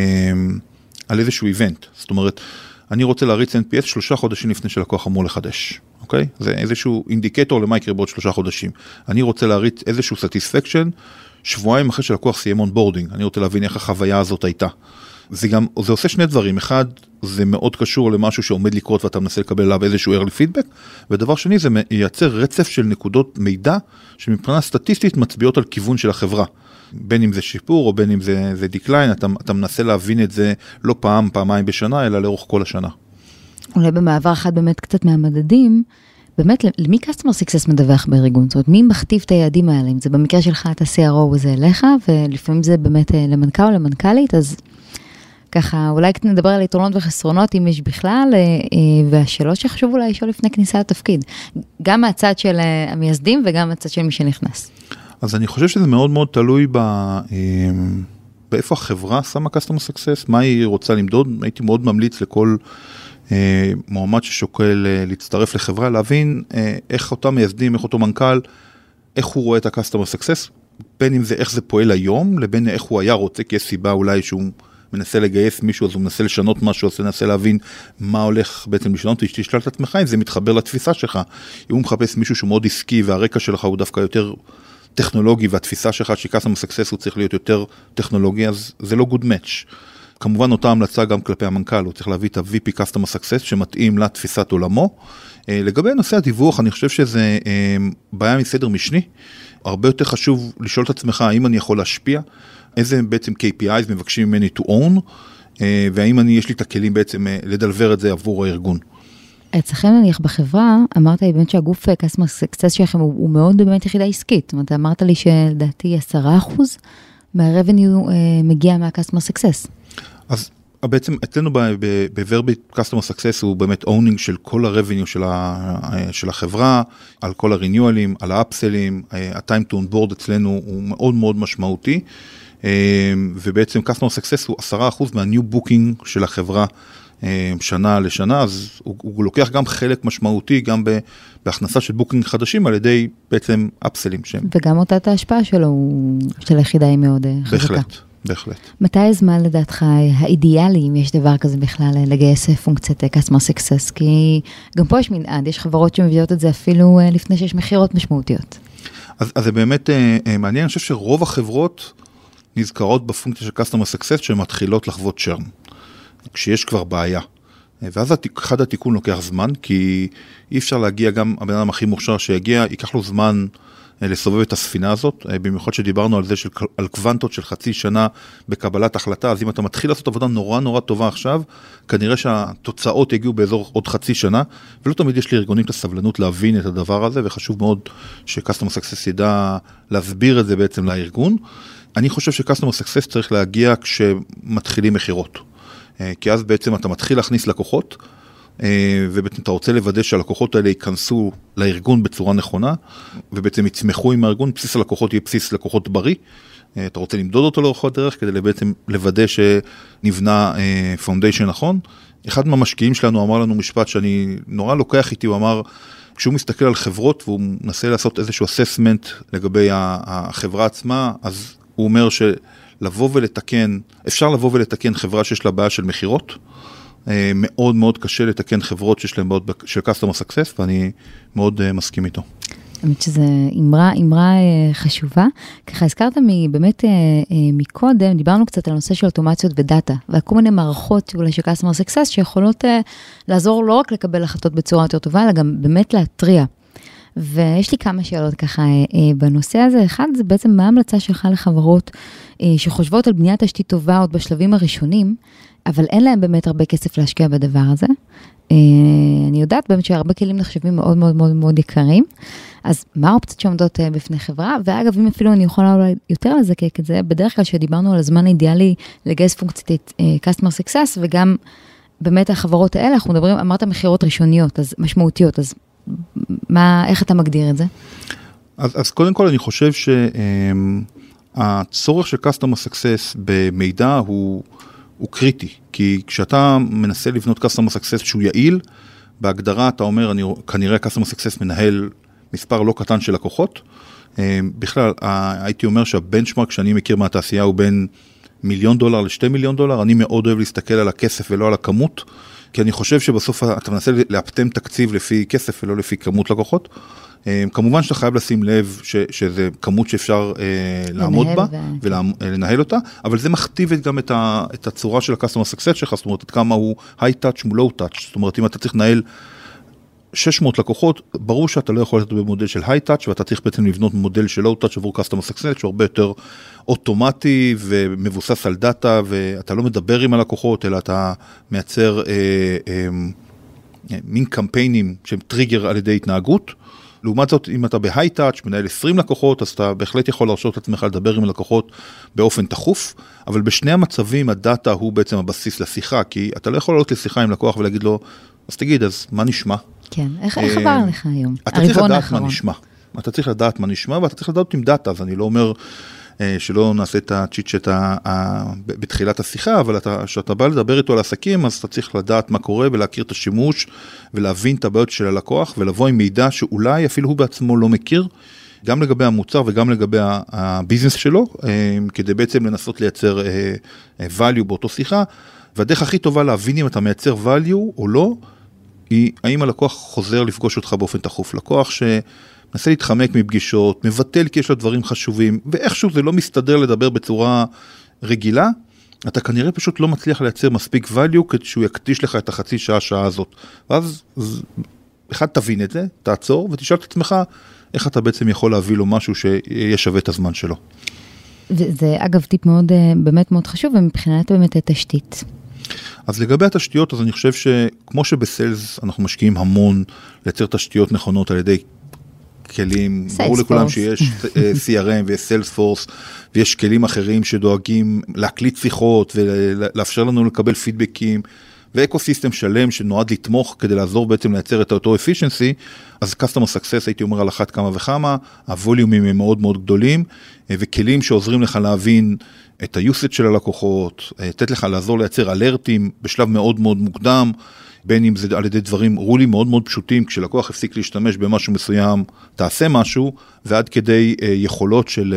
על איזשהו איבנט, זאת אומרת, אני רוצה להריץ אן פי אס שלושה חודשים לפני שלקוח אמור לחדש, אוקיי? זה איזשהו אינדיקטור למה יקרה בעוד שלושה חודשים. אני רוצה להריץ איזשהו satisfaction, שבועיים אחרי שלקוח סיים אונבורדינג, אני רוצה להבין איך החוויה הזאת הייתה. זה גם, זה עושה שני דברים, אחד, זה מאוד קשור למשהו שעומד לקרות ואתה מנסה לקבל עליו איזשהו early feedback, ודבר שני, זה ייצר רצף של נקודות מידע, שמבחינה סטטיסטית מצביעות על כיוון של החברה. בין אם זה שיפור או בין אם זה, זה דקליין, אתה, אתה מנסה להבין את זה לא פעם, פעמיים בשנה, אלא לאורך כל השנה. אולי במעבר אחד באמת קצת מהמדדים, באמת, למי Customer Success מדווח בארגון? זאת אומרת, מי מכתיב את היעדים האלה? אם זה במקרה שלך, את ה-סי אר או וזה אליך, ולפעמים זה באמת למנכ"ל או למנכ"לית, אז ככה, אולי נדבר על יתרונות וחסרונות, אם יש בכלל, והשאלות שחשוב אולי לשאול לפני כניסה לתפקיד. גם מהצד של המייסדים וגם מהצד של מי שנכנס. אז אני חושב שזה מאוד מאוד תלוי ב... באיפה החברה שמה Customer Success, מה היא רוצה למדוד. הייתי מאוד ממליץ לכל מועמד ששוקל להצטרף לחברה, להבין איך אותם מייסדים, איך אותו מנכ"ל, איך הוא רואה את ה-Customer Success, בין אם זה איך זה פועל היום, לבין איך הוא היה רוצה, כי יש סיבה אולי שהוא מנסה לגייס מישהו, אז הוא מנסה לשנות משהו, אז הוא מנסה להבין מה הולך בעצם לשנות, תשתשלל את עצמך, אם זה מתחבר לתפיסה שלך. אם הוא מחפש מישהו שהוא מאוד עסקי, והרקע שלך הוא דווקא יותר טכנולוגי, והתפיסה שלך ש-Customer Success הוא צריך להיות יותר טכנולוגי, אז זה לא good match. כמובן אותה המלצה גם כלפי המנכ"ל, הוא צריך להביא את ה-וי פי Customer Success שמתאים לתפיסת עולמו. לגבי נושא הדיווח, אני חושב שזה בעיה מסדר משני. הרבה יותר חשוב לשאול את עצמך, האם אני יכול להשפיע, איזה בעצם קי פי איז מבקשים ממני to own, והאם אני, יש לי את הכלים בעצם לדלבר את זה עבור הארגון. אצלכם נניח בחברה, אמרת לי באמת שהגוף Customer Success שלכם הוא, הוא מאוד באמת יחידה עסקית. זאת אומרת, אמרת לי שלדעתי עשרה אחוז מהרבניו מגיע מה-Customer Success. אז בעצם אצלנו ב-Verbit Customer Success הוא באמת owning של כל הרבניו של, של החברה, על כל הרניואלים, על האפסלים, ה-time to onboard אצלנו הוא מאוד מאוד משמעותי, ובעצם Customer Success הוא עשרה אחוז מה-new booking של החברה שנה לשנה, אז הוא, הוא לוקח גם חלק משמעותי, גם בהכנסה של בוקינג חדשים, על ידי בעצם אפסלים שהם. וגם אותה את ההשפעה שלו, של היחידה היא מאוד חזקה. בהחלט, בהחלט. מתי הזמן לדעתך האידיאלי, אם יש דבר כזה בכלל, לגייס פונקציית Customer Success? כי גם פה יש מנעד, יש חברות שמביאות את זה אפילו לפני שיש מחירות משמעותיות. אז, אז זה באמת מעניין, אני חושב שרוב החברות נזכרות בפונקציה של Customer Success, שמתחילות לחוות צ'רן. כשיש כבר בעיה. ואז אחד התיקון לוקח זמן, כי אי אפשר להגיע, גם הבן אדם הכי מוכשר שיגיע, ייקח לו זמן לסובב את הספינה הזאת, במיוחד שדיברנו על זה, של, על קוונטות של חצי שנה בקבלת החלטה, אז אם אתה מתחיל לעשות עבודה נורא נורא טובה עכשיו, כנראה שהתוצאות יגיעו באזור עוד חצי שנה, ולא תמיד יש לארגונים את הסבלנות להבין את הדבר הזה, וחשוב מאוד ש-Customer Success ידע להסביר את זה בעצם לארגון. אני חושב ש-Customer Success צריך להגיע כשמתחילים מחירות. כי אז בעצם אתה מתחיל להכניס לקוחות, ובעצם אתה רוצה לוודא שהלקוחות האלה ייכנסו לארגון בצורה נכונה, ובעצם יצמחו עם הארגון, בסיס הלקוחות יהיה בסיס לקוחות בריא, אתה רוצה למדוד אותו לאורך הדרך, כדי בעצם לוודא שנבנה פאונדיישן נכון. אחד מהמשקיעים שלנו אמר לנו משפט שאני נורא לוקח איתי, הוא אמר, כשהוא מסתכל על חברות, והוא מנסה לעשות איזשהו אססמנט לגבי החברה עצמה, אז הוא אומר ש... לבוא ולתקן, אפשר לבוא ולתקן חברה שיש לה בעיה של מחירות, מאוד מאוד קשה לתקן חברות שיש להן בעיות של Customer Success, ואני מאוד מסכים איתו. אני חושבת שזו אמרה, אמרה חשובה, ככה הזכרת באמת מקודם, דיברנו קצת על הנושא של אוטומציות ודאטה, וכל מיני מערכות אולי של Customer Success, שיכולות לעזור לא רק לקבל החלטות בצורה יותר טובה, אלא גם באמת להטריע. ויש לי כמה שאלות ככה בנושא הזה. אחד, זה בעצם מה ההמלצה שלך לחברות שחושבות על בניית תשתית טובה עוד בשלבים הראשונים, אבל אין להם באמת הרבה כסף להשקיע בדבר הזה. אני יודעת באמת שהרבה כלים נחשבים מאוד מאוד מאוד מאוד יקרים, אז מה האופציות שעומדות בפני חברה? ואגב, אם אפילו אני יכולה אולי יותר לזקק את זה, בדרך כלל שדיברנו על הזמן האידיאלי לגייס פונקציית Customer Success, וגם באמת החברות האלה, אנחנו מדברים, אמרת מחירות ראשוניות, אז משמעותיות, אז מה, איך אתה מגדיר את זה? אז, אז קודם כל אני חושב שהצורך של Customer Success במידע הוא, הוא קריטי, כי כשאתה מנסה לבנות Customer Success שהוא יעיל, בהגדרה אתה אומר, אני כנראה Customer Success מנהל מספר לא קטן של לקוחות, בכלל הייתי אומר שהבנצ'מרק שאני מכיר מהתעשייה הוא בין מיליון דולר לשתי מיליון דולר, אני מאוד אוהב להסתכל על הכסף ולא על הכמות, כי אני חושב שבסוף אתה מנסה לאפטם תקציב לפי כסף ולא לפי כמות לקוחות. כמובן שאתה חייב לשים לב ש, שזה כמות שאפשר לעמוד בה ולנהל אותה, אבל זה מכתיב גם את, ה, את הצורה של ה-Customer Success שלך, זאת אומרת, את כמה הוא high-touch מול low-touch, זאת אומרת, אם אתה צריך לנהל שש מאות לקוחות, ברור שאתה לא יכול לתת במודל של high-touch, ואתה צריך בעצם לבנות מודל של low-touch עבור Customer Success, שהוא הרבה יותר אוטומטי ומבוסס על דאטה, ואתה לא מדבר עם הלקוחות, אלא אתה מייצר אה, אה, מין קמפיינים שהם טריגר על ידי התנהגות, לעומת זאת, אם אתה בהיי-טאץ', מנהל עשרים לקוחות, אז אתה בהחלט יכול להרשות לעצמך לדבר עם לקוחות באופן תחוף, אבל בשני המצבים הדאטה הוא בעצם הבסיס לשיחה, כי אתה לא יכול לעלות לשיחה עם לקוח ולהגיד לו, אז תגיד, אז מה נשמע? כן, איך עבר לך היום? אתה צריך לדעת מה נשמע. אתה צריך לדעת מה נשמע, ואתה צריך לדעת עם דאטה, אז אני לא אומר שלא נעשה את הצ'יט-צ'ט בתחילת השיחה, אבל כשאתה בא לדבר איתו על עסקים, אז אתה צריך לדעת מה קורה ולהכיר את השימוש, ולהבין את הבעיות של הלקוח, ולבוא עם מידע שאולי אפילו הוא בעצמו לא מכיר, גם לגבי המוצר וגם לגבי הביזנס שלו, כדי בעצם לנסות לייצר value באותו שיחה, והדרך הכי טובה להבין אם אתה מייצר value או לא, היא האם הלקוח חוזר לפגוש אותך באופן תחוף. לקוח שמנסה להתחמק מפגישות, מבטל כי יש לו דברים חשובים, ואיכשהו זה לא מסתדר לדבר בצורה רגילה, אתה כנראה פשוט לא מצליח לייצר מספיק value, כדי שהוא יקדיש לך את החצי שעה, שעה הזאת. ואז, אחד, תבין את זה, תעצור, ותשאל את עצמך, איך אתה בעצם יכול להביא לו משהו שיהיה שווה את הזמן שלו. זה אגב טיפ מאוד, באמת מאוד חשוב, ומבחינת באמת התשתית. אז לגבי התשתיות, אז אני חושב שכמו שבסיילס אנחנו משקיעים המון לייצר תשתיות נכונות על ידי כלים, ברור לכולם שיש סי אר אם ויש סיילספורס, ויש כלים אחרים שדואגים להקליט שיחות ולאפשר לנו לקבל פידבקים, ואקוסיסטם שלם שנועד לתמוך כדי לעזור בעצם לייצר את אותו efficiency, אז customer success הייתי אומר על אחת כמה וכמה, הווליומים הם מאוד מאוד גדולים, וכלים שעוזרים לך להבין את ה-usage של הלקוחות, לתת לך לעזור לייצר אלרטים בשלב מאוד מאוד מוקדם, בין אם זה על ידי דברים, רולים מאוד מאוד פשוטים, כשלקוח הפסיק להשתמש במשהו מסוים, תעשה משהו, ועד כדי יכולות של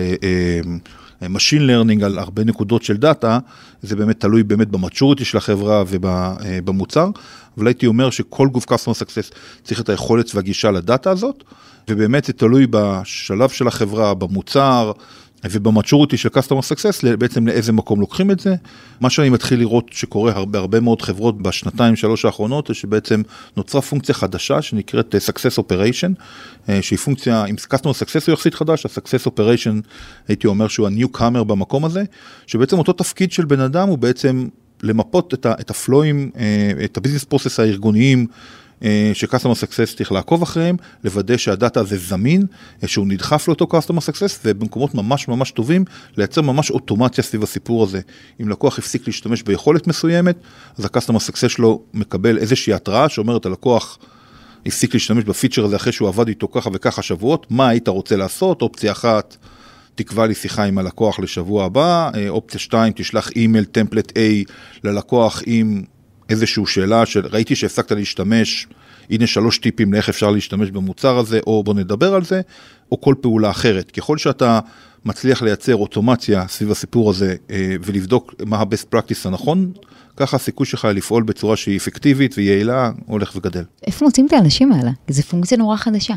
machine learning על הרבה נקודות של דאטה, זה באמת תלוי באמת במצ'וריטי של החברה ובמוצר, אבל הייתי אומר שכל גוף customer success צריך את היכולת והגישה לדאטה הזאת, ובאמת זה תלוי בשלב של החברה, במוצר, ובמצ'וריטי של customer success, בעצם לאיזה מקום לוקחים את זה. מה שאני מתחיל לראות שקורה הרבה, הרבה מאוד חברות בשנתיים, שלוש האחרונות, זה שבעצם נוצרה פונקציה חדשה, שנקראת success operation, שהיא פונקציה, עם customer success הוא יחסית חדש, ה-success operation, הייתי אומר שהוא ה-newcomer במקום הזה, שבעצם אותו תפקיד של בן אדם, הוא בעצם למפות את, את הפלואים, את הביזנס פרוסס הארגוניים, ש-Customer Success צריך לעקוב אחריהם, לוודא שהדאטה הזה זמין, שהוא נדחף לאותו Customer Success, ובמקומות ממש ממש טובים, לייצר ממש אוטומציה סביב הסיפור הזה. אם לקוח הפסיק להשתמש ביכולת מסוימת, אז ה-Customer Success שלו מקבל איזושהי התראה, שאומרת הלקוח הפסיק להשתמש בפיצ'ר הזה, אחרי שהוא עבד איתו ככה וככה שבועות, מה היית רוצה לעשות? אופציה אחת, תקבע לי שיחה עם הלקוח לשבוע הבא, אופציה שתיים, תשלח אימייל טמפלט A ללקוח עם איזושהי שאלה של ראיתי שהפסקת להשתמש, הנה שלוש טיפים לאיך אפשר להשתמש במוצר הזה, או בוא נדבר על זה, או כל פעולה אחרת. ככל שאתה מצליח לייצר אוטומציה סביב הסיפור הזה, ולבדוק מה ה-best practice הנכון, ככה הסיכוי שלך לפעול בצורה שהיא אפקטיבית ויעילה, הולך וגדל. איפה מוצאים את האנשים האלה? זו פונקציה נורא חדשה.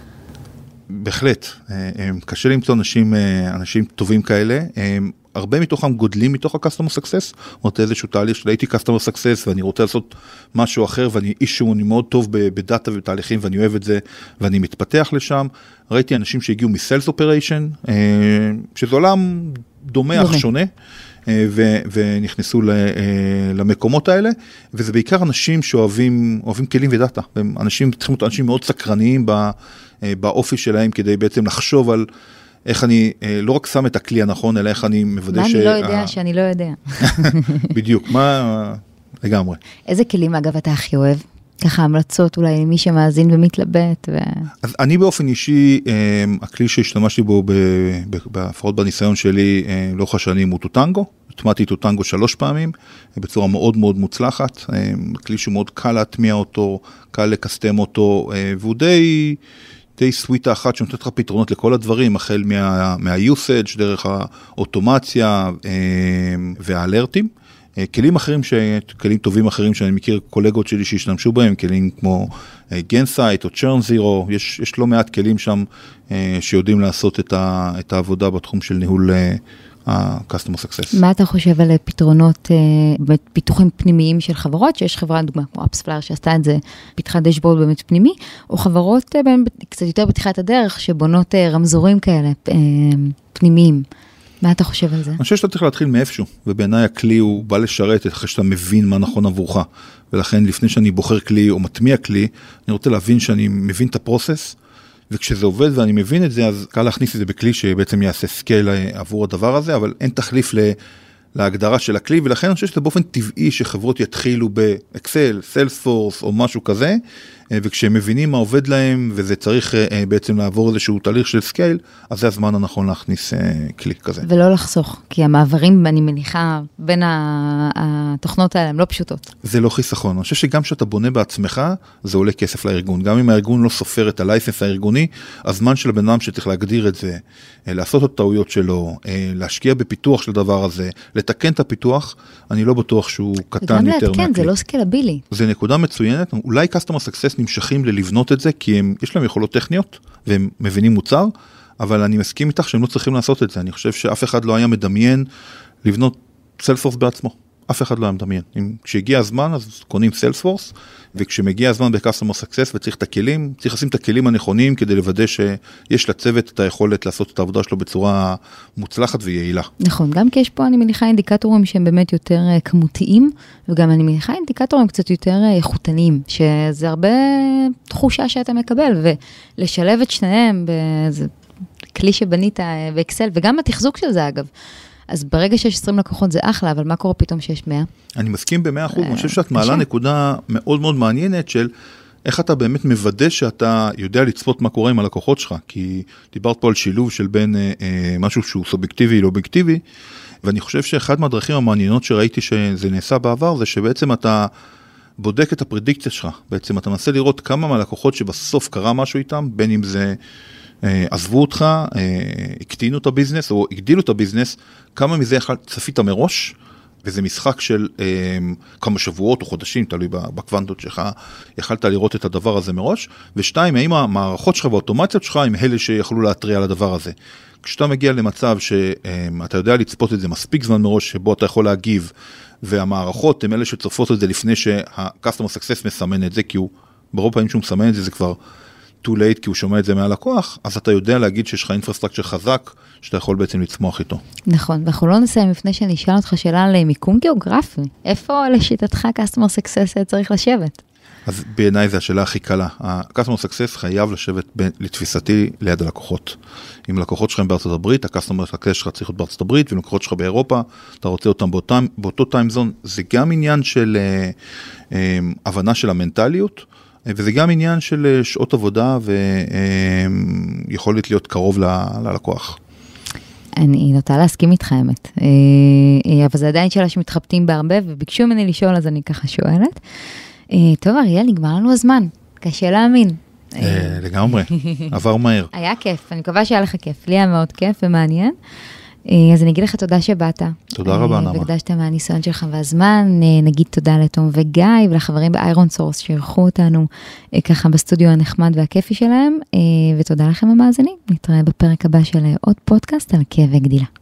בהחלט. קשה למצוא אנשים, אנשים טובים כאלה. הרבה מתוכם גודלים מתוך ה-Customer Success, רוצה איזשהו תהליך של הייתי Customer Success, ואני רוצה לעשות משהו אחר, ואני אישו, אני מאוד טוב בדאטה ובתהליכים, ואני אוהב את זה, ואני מתפתח לשם. ראיתי אנשים שהגיעו מ-Sales Operation, שזה עולם דומה אך שונה, ונכנסו למקומות האלה, וזה בעיקר אנשים שאוהבים אוהבים כלים ודאטה, אנשים צריכים להיות אנשים מאוד סקרניים באופי שלהם, כדי בעצם לחשוב על איך אני לא רק שם את הכלי הנכון, אלא איך אני מוודא ש... מה אני לא יודע שאני לא יודע. בדיוק, מה לגמרי. איזה כלים אגב אתה הכי אוהב? ככה המלצות אולי מי שמאזין ומתלבט. אז אני באופן אישי, הכלי שהשתמשתי בו, לפחות בניסיון שלי, לאורך השנים הוא טוטנגו. הטמעתי טוטנגו שלוש פעמים, בצורה מאוד מאוד מוצלחת. כלי שהוא מאוד קל להטמיע אותו, קל לקסטם אותו, והוא די... די סוויטה אחת שנותנת לך פתרונות לכל הדברים, החל מה, מה-usage, דרך האוטומציה והאלרטים. כלים אחרים, ש... כלים טובים אחרים שאני מכיר, קולגות שלי שהשתמשו בהם, כלים כמו גנסייט או צ'רן זירו, יש, יש לא מעט כלים שם שיודעים לעשות את, ה... את העבודה בתחום של ניהול ה-Customer Success. מה אתה חושב על פתרונות, פיתוחים פנימיים של חברות, שיש חברה, דוגמה כמו AppsFlyer שעשתה את זה, פיתחה דשבורד באמת פנימי, או חברות קצת יותר בתחילת הדרך, שבונות רמזורים כאלה פנימיים. מה אתה חושב על זה? אני חושב שאתה צריך להתחיל מאיפשהו, ובעיניי הכלי הוא בא לשרת אחרי שאתה מבין מה נכון עבורך, ולכן לפני שאני בוחר כלי או מטמיע כלי, אני רוצה להבין שאני מבין את הפרוסס, וכשזה עובד ואני מבין את זה, אז קל להכניס את זה בכלי שבעצם יעשה סקייל עבור הדבר הזה, אבל אין תחליף ל... להגדרה של הכלי, ולכן אני חושב שזה באופן טבעי שחברות יתחילו באקסל, סיילספורס או משהו כזה, וכשהם מבינים מה עובד להם, וזה צריך בעצם לעבור איזשהו תהליך של סקייל, אז זה הזמן הנכון להכניס כלי כזה. ולא לחסוך, כי המעברים, אני מניחה, בין התוכנות האלה, הם לא פשוטות. זה לא חיסכון. אני חושב שגם שאתה בונה בעצמך, זה עולה כסף לארגון. גם אם הארגון לא סופר את הלייסנס הארגוני, הזמן של הבן אדם שצריך להגדיר את זה, לעשות את הטעויות שלו, להשקיע בפיתוח של הדבר הזה, לתקן את הפיתוח, אני לא בטוח שהוא קטן יותר מהכלי. וגם להתקן, זה לא סקלבילי. זה נקודה מצוינת. אולי Customer Success נמשכים ללבנות את זה, כי הם, יש להם יכולות טכניות, והם מבינים מוצר, אבל אני מסכים איתך שהם לא צריכים לעשות את זה. אני חושב שאף אחד לא היה מדמיין לבנות סיילספורס בעצמו. אף אחד לא היה מדמיין. כשהגיע הזמן, אז קונים סיילספורס, וכשמגיע הזמן ב-Customer Success וצריך את הכלים, צריך לשים את הכלים הנכונים כדי לוודא שיש לצוות את היכולת לעשות את העבודה שלו בצורה מוצלחת ויעילה. נכון, גם כי יש פה, אני מניחה, אינדיקטורים שהם באמת יותר כמותיים, וגם אני מניחה אינדיקטורים קצת יותר איכותניים, שזה הרבה תחושה שאתה מקבל, ולשלב את שניהם באיזה כלי שבנית באקסל, וגם בתחזוק של זה אגב. אז ברגע שיש עשרים לקוחות זה אחלה, אבל מה קורה פתאום שיש מאה? אני מסכים ב-מאה אחוז, אני חושב שאת מעלה נקודה מאוד מאוד מעניינת של איך אתה באמת מוודא שאתה יודע לצפות מה קורה עם הלקוחות שלך, כי דיברת פה על שילוב של בין אה, משהו שהוא סובייקטיבי לא אובייקטיבי, ואני חושב שאחד מהדרכים המעניינות שראיתי שזה נעשה בעבר, זה שבעצם אתה בודק את הפרדיקציה שלך, בעצם אתה מנסה לראות כמה מהלקוחות שבסוף קרה משהו איתם, בין אם זה עזבו אותך, הקטינו את הביזנס או הגדילו את הביזנס, כמה מזה צפית מראש, וזה משחק של כמה שבועות או חודשים, תלוי בקוונטות שלך, יכלת לראות את הדבר הזה מראש, ושתיים, האם המערכות שלך והאוטומציות שלך הם אלה שיכולו להטריע על הדבר הזה. כשאתה מגיע למצב שאתה יודע לצפות את זה מספיק זמן מראש, שבו אתה יכול להגיב, והמערכות הם אלה שצרפות את זה לפני שה-Customer Success מסמן את זה, כי הוא, ברוב פעמים שהוא מסמן את זה, זה כבר too late, כי הוא שומע את זה מהלקוח, אז אתה יודע להגיד שיש לך אינפרסטרקצ'ר חזק, שאתה יכול בעצם לצמוח איתו. נכון, ואנחנו לא נסיים לפני שאני אשאל אותך שאלה על מיקום גיאוגרפי. איפה לשיטתך Customer Success צריך לשבת? אז בעיניי זו השאלה הכי קלה. ה-Customer Success חייב לשבת לתפיסתי ליד הלקוחות. אם לקוחות שלכם בארצות הברית, ה-Customer Success שלך צריך להיות בארצות הברית, ואם לקוחות שלך באירופה, אתה רוצה אותם באותם, באותו time zone. זה גם עניין של uh, um, הבנה של המנטליות, וזה גם עניין של שעות עבודה ויכולת להיות קרוב ללקוח. אני נוטה להסכים איתך האמת, אבל זה עדיין שאלה שמתחבטים בהרבה, וביקשו ממני לשאול, אז אני ככה שואלת. טוב, אריאל, נגמר לנו הזמן, קשה להאמין. לגמרי, עבר מהר. היה כיף, אני מקווה שהיה לך כיף, לי היה מאוד כיף ומעניין. אז אני אגיד לך תודה שבאת. תודה רבה, נעמה. והקדשת מהניסיון שלך והזמן. נגיד תודה לתום וגיא ולחברים באיירון סורס שערכו אותנו ככה בסטודיו הנחמד והכיפי שלהם. ותודה לכם המאזינים. נתראה בפרק הבא של עוד פודקאסט על כאבי גדילה.